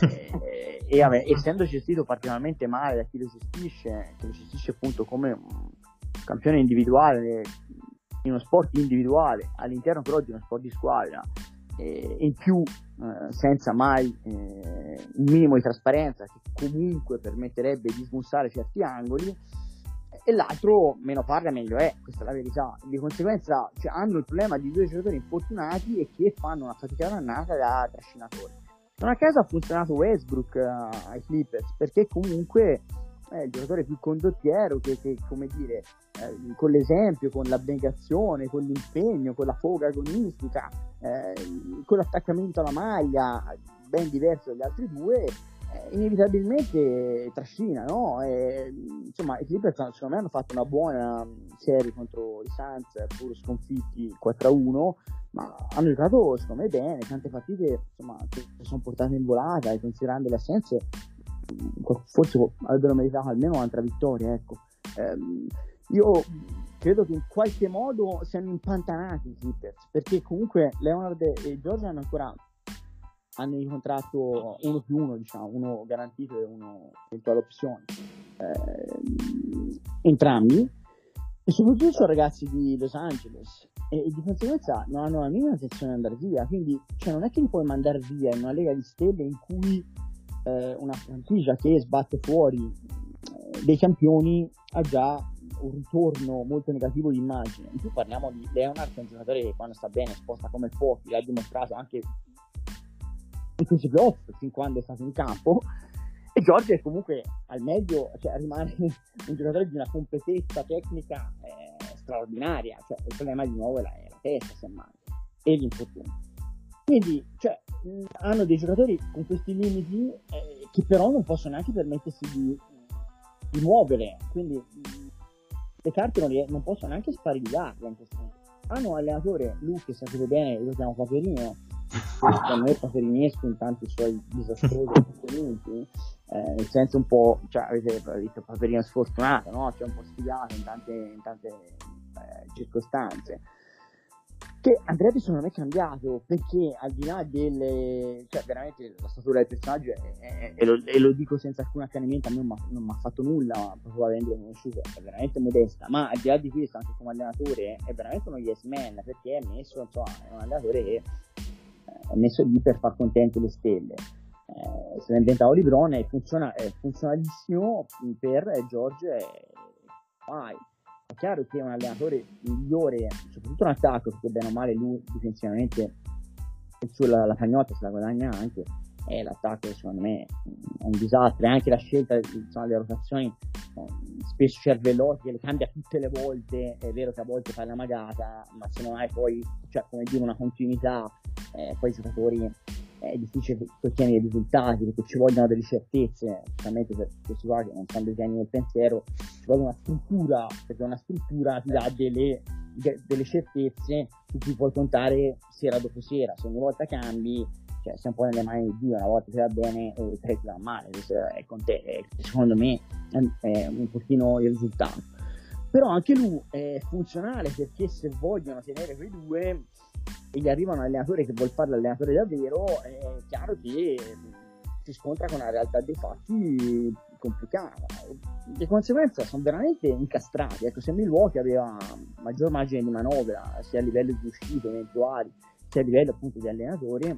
S6: essendo gestito particolarmente male da chi lo gestisce, che lo gestisce appunto come un campione individuale in uno sport individuale all'interno però di uno sport di squadra, in più senza mai un minimo di trasparenza che comunque permetterebbe di smussare certi angoli, e l'altro meno parla meglio è, questa è la verità. Di conseguenza hanno il problema di 2 giocatori infortunati e che fanno una fatica dannata da trascinatore. Non a caso ha funzionato Westbrook ai Clippers, perché comunque è il giocatore più condottiero che come dire, con l'esempio, con l'abnegazione, con l'impegno, con la foga agonistica, con l'attaccamento alla maglia, ben diverso dagli altri 2, inevitabilmente trascina, no? Insomma, i Clippers secondo me hanno fatto una buona serie contro i Suns, pur sconfitti 4-1, ma hanno giocato secondo me bene, tante partite insomma che sono portate in volata, e considerando le assenze forse avrebbero meritato almeno un'altra vittoria, ecco. Io credo che in qualche modo siano impantanati i Clippers, perché comunque Leonard e George hanno ancora anni di contratto 1+1, diciamo, uno garantito e uno eventuale opzione, entrambi, e soprattutto sono ragazzi di Los Angeles e di conseguenza non hanno la minima intenzione di andare via, quindi non è che li puoi mandare via in una lega di stelle in cui una franchigia che sbatte fuori dei campioni ha già un ritorno molto negativo di immagine. In più parliamo di Leonard, che è un giocatore che quando sta bene sposta come pochi, l'ha dimostrato anche in questi playoff fin quando è stato in campo, e George è comunque al meglio, cioè rimane un giocatore di una competenza tecnica straordinaria, cioè il problema di nuovo è la testa semmai e l'infortunio. Quindi hanno dei giocatori con questi limiti che però non possono neanche permettersi di muovere, quindi le carte non possono neanche sparigliarle in questo momento. Hanno un allenatore, Luke, sapete bene, lo chiamo Paperino, secondo me Paperinesco in tanti suoi disastrosi comportamenti, nel senso un po', avete visto Paperino sfortunato, no? Un po' sfigato in tante circostanze.
S7: che andrebbe secondo me cambiato, perché al di là delle, cioè veramente la statura del personaggio e lo dico senza alcun accanimento, a me non mi ha fatto nulla proprio avendolo conosciuto, è veramente modesta, ma al di là di questo anche come allenatore è veramente uno yes man, perché è messo, insomma, è un allenatore che è messo lì per far contente le stelle. Se l'ha inventato LeBron e è funzionalissimo per George e vai. È chiaro che è un allenatore migliore, soprattutto in attacco, perché bene o male lui difensivamente la cagnotta se la guadagna anche, e l'attacco secondo me è un disastro, e anche la scelta, insomma, delle rotazioni spesso Cervellotti che le cambia tutte le volte, è vero che a volte fai la magata, ma se non hai poi, cioè, come dire, una continuità, poi i giocatori è difficile che ottieni i risultati, perché ci vogliono delle certezze, specialmente per questi qua che non sono dei geni del pensiero, ci vuole una struttura, perché una struttura ti dà delle certezze su cui puoi contare sera dopo sera. Se ogni volta cambi, cioè sei un po' nelle mani di Dio, una volta ti va bene e tre ti va male, è con te, secondo me è un pochino il risultato. Però anche lui è funzionale, perché se vogliono tenere quei due e gli arriva un allenatore che vuol fare l'allenatore davvero, è chiaro che si scontra con una realtà dei fatti complicata. Le conseguenze sono veramente incastrate. Ecco, se Milwaukee aveva maggior margine di manovra sia a livello di uscite eventuali sia a livello appunto di allenatore,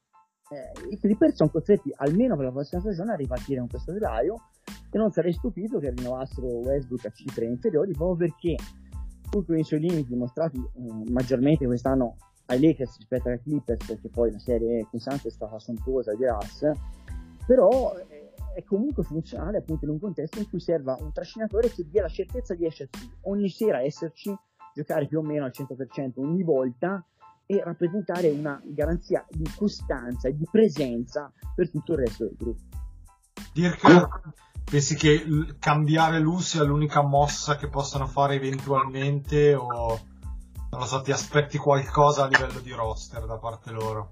S7: i Clippers sono costretti almeno per la prossima stagione a ripartire con questo telaio, e non sarei stupito che rinnovassero Westbrook a cifre inferiori, proprio perché pur con i suoi limiti dimostrati maggiormente quest'anno ai Lakers rispetto ai Clippers, perché poi la serie costante è stata sontuosa di Russ, però è comunque funzionale appunto in un contesto in cui serva un trascinatore che dia la certezza di esserci ogni sera, esserci, giocare più o meno al 100% ogni volta e rappresentare una garanzia di costanza e di presenza per tutto il resto del gruppo.
S4: Dirk, pensi che cambiare lui sia l'unica mossa che possano fare eventualmente, o non lo so, ti aspetti qualcosa a livello di roster da parte loro?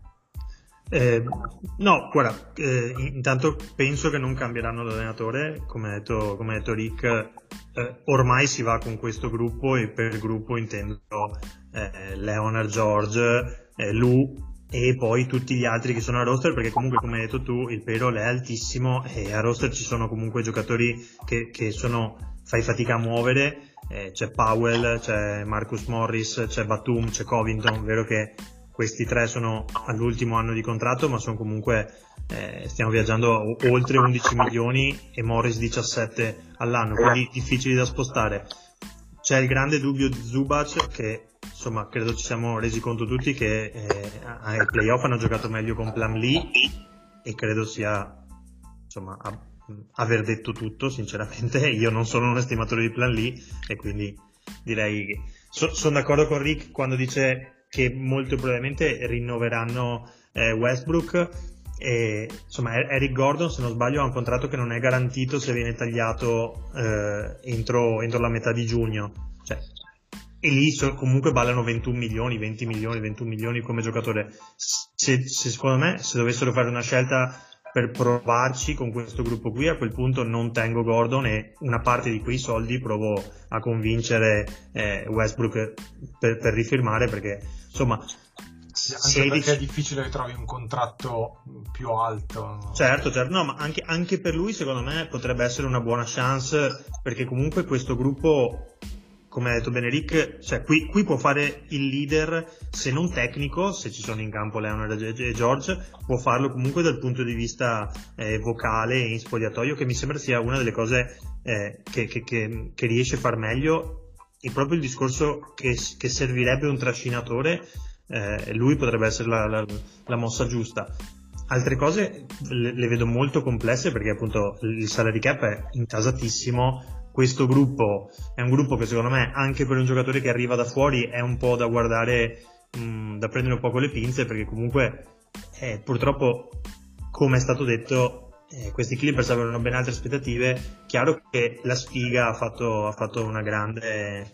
S5: No, guarda, intanto penso che non cambieranno l'allenatore, come ha detto Rick, ormai si va con questo gruppo, e per gruppo intendo Leonard, George, Lou e poi tutti gli altri che sono a roster, perché comunque, come hai detto tu, il payroll è altissimo e a roster ci sono comunque giocatori che fai fatica a muovere. C'è Powell, c'è Marcus Morris, c'è Batum, c'è Covington. Vero che questi tre sono all'ultimo anno di contratto, ma sono comunque stiamo viaggiando oltre 11 milioni e Morris 17 all'anno, quindi difficili da spostare. C'è il grande dubbio di Zubac, che insomma credo ci siamo resi conto tutti che ai playoff hanno giocato meglio con Plumlee, e credo sia, insomma, aver detto tutto. Sinceramente io non sono un estimatore di Plumlee, e quindi direi che sono d'accordo con Rick quando dice che molto probabilmente rinnoveranno Westbrook, e insomma Eric Gordon, se non sbaglio, ha un contratto che non è garantito se viene tagliato entro la metà di giugno, cioè, e lì comunque ballano 21 milioni come giocatore. Secondo me, se dovessero fare una scelta per provarci con questo gruppo qui, a quel punto non tengo Gordon e una parte di quei soldi provo a convincere Westbrook per rifirmare, perché insomma
S4: anche perché è difficile che trovi un contratto più alto.
S5: Certo, no, ma anche per lui secondo me potrebbe essere una buona chance, perché comunque questo gruppo, come ha detto Beneric, cioè qui può fare il leader, se non tecnico, se ci sono in campo Leonard e George, può farlo comunque dal punto di vista vocale e in spogliatoio, che mi sembra sia una delle cose che riesce a far meglio. E proprio il discorso che servirebbe un trascinatore, lui potrebbe essere la mossa giusta. Altre cose le vedo molto complesse, perché appunto il salary cap è intasatissimo. Questo gruppo è un gruppo che secondo me, anche per un giocatore che arriva da fuori, è un po' da guardare, da prendere un po' con le pinze, perché comunque purtroppo, come è stato detto, questi Clippers avevano ben altre aspettative. Chiaro che la sfiga ha fatto una grande,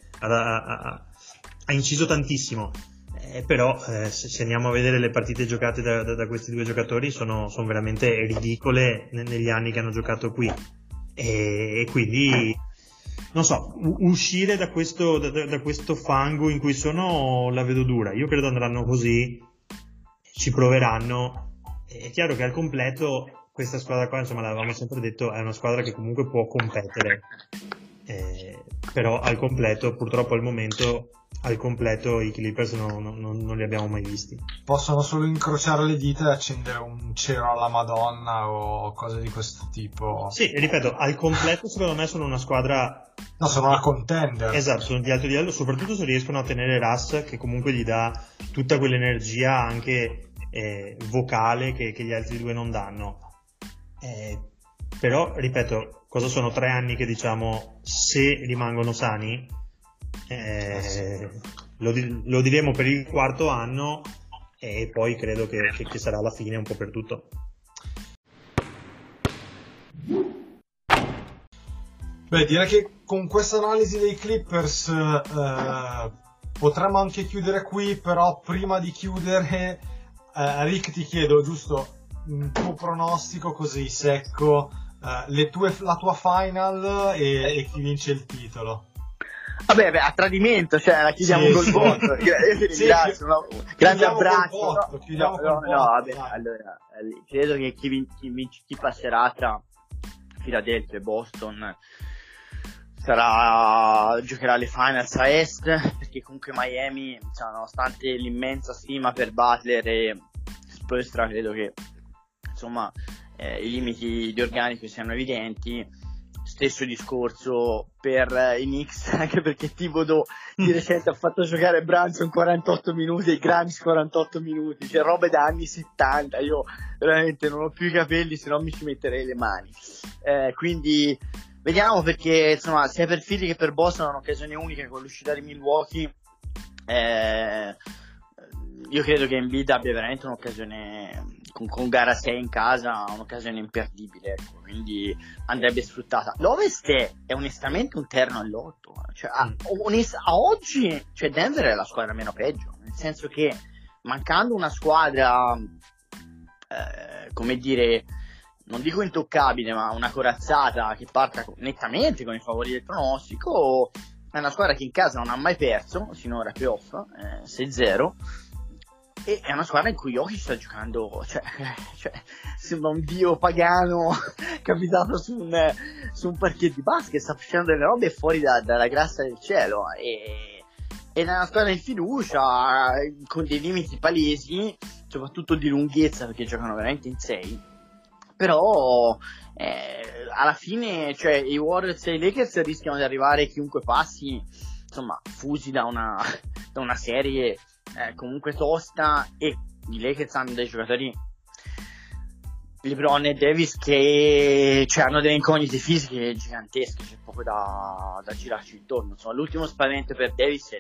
S5: ha inciso tantissimo, però se andiamo a vedere le partite giocate da questi due giocatori sono veramente ridicole negli anni che hanno giocato qui, e quindi non so, uscire da questo fango in cui sono la vedo dura. Io credo andranno così, ci proveranno. È chiaro che al completo questa squadra qua, insomma, l'avevamo sempre detto, è una squadra che comunque può competere, però al completo, purtroppo al momento, al completo i Clippers non li abbiamo mai visti.
S4: Possono solo incrociare le dita e accendere un cero alla Madonna o cose di questo tipo.
S5: Sì, ripeto, al completo secondo me sono una squadra...
S4: No, sono una contender.
S5: Esatto, sono di alto livello, soprattutto se riescono a tenere Russ, che comunque gli dà tutta quell'energia anche vocale che gli altri due non danno. Però, ripeto, cosa sono 3 anni che diciamo, se rimangono sani, lo diremo per il 4º anno e poi credo che sarà la fine un po' per tutto.
S4: Beh, direi che con questa analisi dei Clippers potremmo anche chiudere qui, però prima di chiudere Rick, ti chiedo giusto un tuo pronostico così secco, la tua final e chi vince il titolo.
S7: Vabbè, a tradimento, cioè la chiudiamo col voto. Io ti ringrazio, grande abbraccio. Vabbè, allora, credo che chi passerà tra Philadelphia e Boston giocherà le finals a est, perché comunque Miami, nonostante l'immensa stima per Butler e Spoelstra, credo che insomma i limiti di organico siano evidenti. Stesso discorso per i Knicks, anche perché Thibodeau di recente ha fatto giocare Brunson 48 minuti e Grimes 48 minuti, cioè robe da anni 70. Io veramente non ho più i capelli, se no mi ci metterei le mani. Quindi vediamo, perché insomma sia per Philly che per Boston è un'occasione unica con l'uscita di Milwaukee. Io credo che Embiid abbia veramente un'occasione con gara 6 in casa, un'occasione imperdibile, ecco, quindi andrebbe sfruttata. L'Ovest è onestamente un terno all'otto, cioè, a oggi, cioè, Denver è la squadra meno peggio, nel senso che mancando una squadra come dire, non dico intoccabile, ma una corazzata che parta nettamente con i favori del pronostico, è una squadra che in casa non ha mai perso sinora ai playoff, 6-0. E è una squadra in cui Jokic sta giocando, cioè sembra un dio pagano capitato su un parquet di basket, sta facendo delle robe fuori dalla grazia del cielo, ed è una squadra in fiducia, con dei limiti palesi, soprattutto di lunghezza, perché giocano veramente in 6, però alla fine, cioè, i Warriors e i Lakers rischiano di arrivare, chiunque passi, insomma, fusi da una serie comunque tosta, e i Lakers hanno dei giocatori, LeBron e Davis, che hanno delle incognite fisiche gigantesche, c'è poco da girarci intorno. Insomma, l'ultimo spavento per Davis è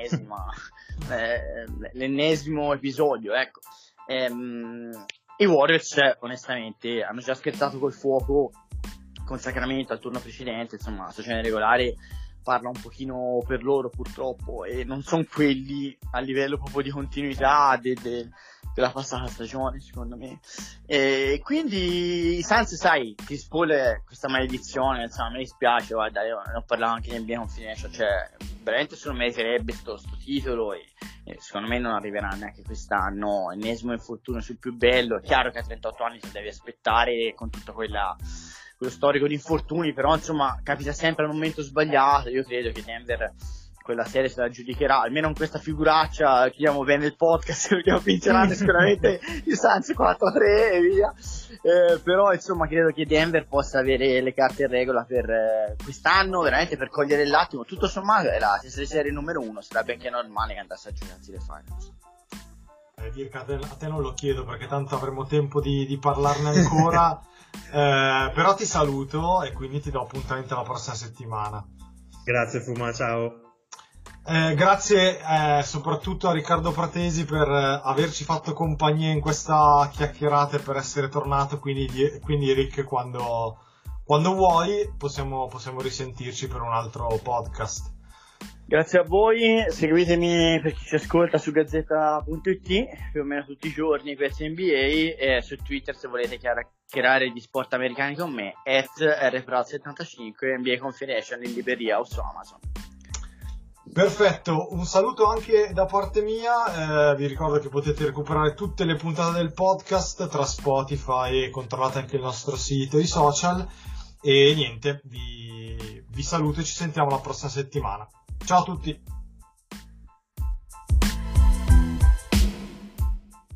S7: l'ennesimo episodio, ecco. I Warriors onestamente hanno già scherzato col fuoco con Sacramento al turno precedente, insomma la stagione regolare parla un pochino per loro purtroppo, e non sono quelli a livello proprio di continuità della passata stagione, secondo me. E quindi i Suns, sai, Chris Paul è questa maledizione, insomma, mi dispiace, guarda, io ne ho parlato anche nel NBA Confidential, cioè veramente se lo meriterebbe sto titolo, e secondo me non arriverà neanche quest'anno. Ennesimo infortunio sul più bello, è chiaro che a 38 anni si deve aspettare con tutto quello storico di infortuni, però insomma capita sempre al momento sbagliato. Io credo che Denver quella serie se la giudicherà, almeno in questa figuraccia. Chiudiamo bene il podcast perché vinceranno sicuramente i Suns 4-3 e via, però insomma credo che Denver possa avere le carte in regola per quest'anno, veramente per cogliere l'attimo. Tutto sommato è la serie numero 1, sarebbe anche normale che andasse a giocarsi le finals.
S4: Dirk, a te non lo chiedo perché tanto avremo tempo di parlarne ancora. Però ti saluto e quindi ti do appuntamento la prossima settimana.
S5: Grazie Fuma, ciao.
S4: Grazie soprattutto a Riccardo Pratesi per averci fatto compagnia in questa chiacchierata e per essere tornato, quindi Rick, quando vuoi possiamo risentirci per un altro podcast.
S7: Grazie a voi, seguitemi per chi ci ascolta su gazzetta.it più o meno tutti i giorni per NBA, e su Twitter se volete chiacchierare di sport americani con me @rpral75 NBA Confidential in libreria o su Amazon.
S4: Perfetto, un saluto anche da parte mia, vi ricordo che potete recuperare tutte le puntate del podcast tra Spotify e controllate anche il nostro sito e i social, e niente, vi saluto e ci sentiamo la prossima settimana. Ciao a tutti!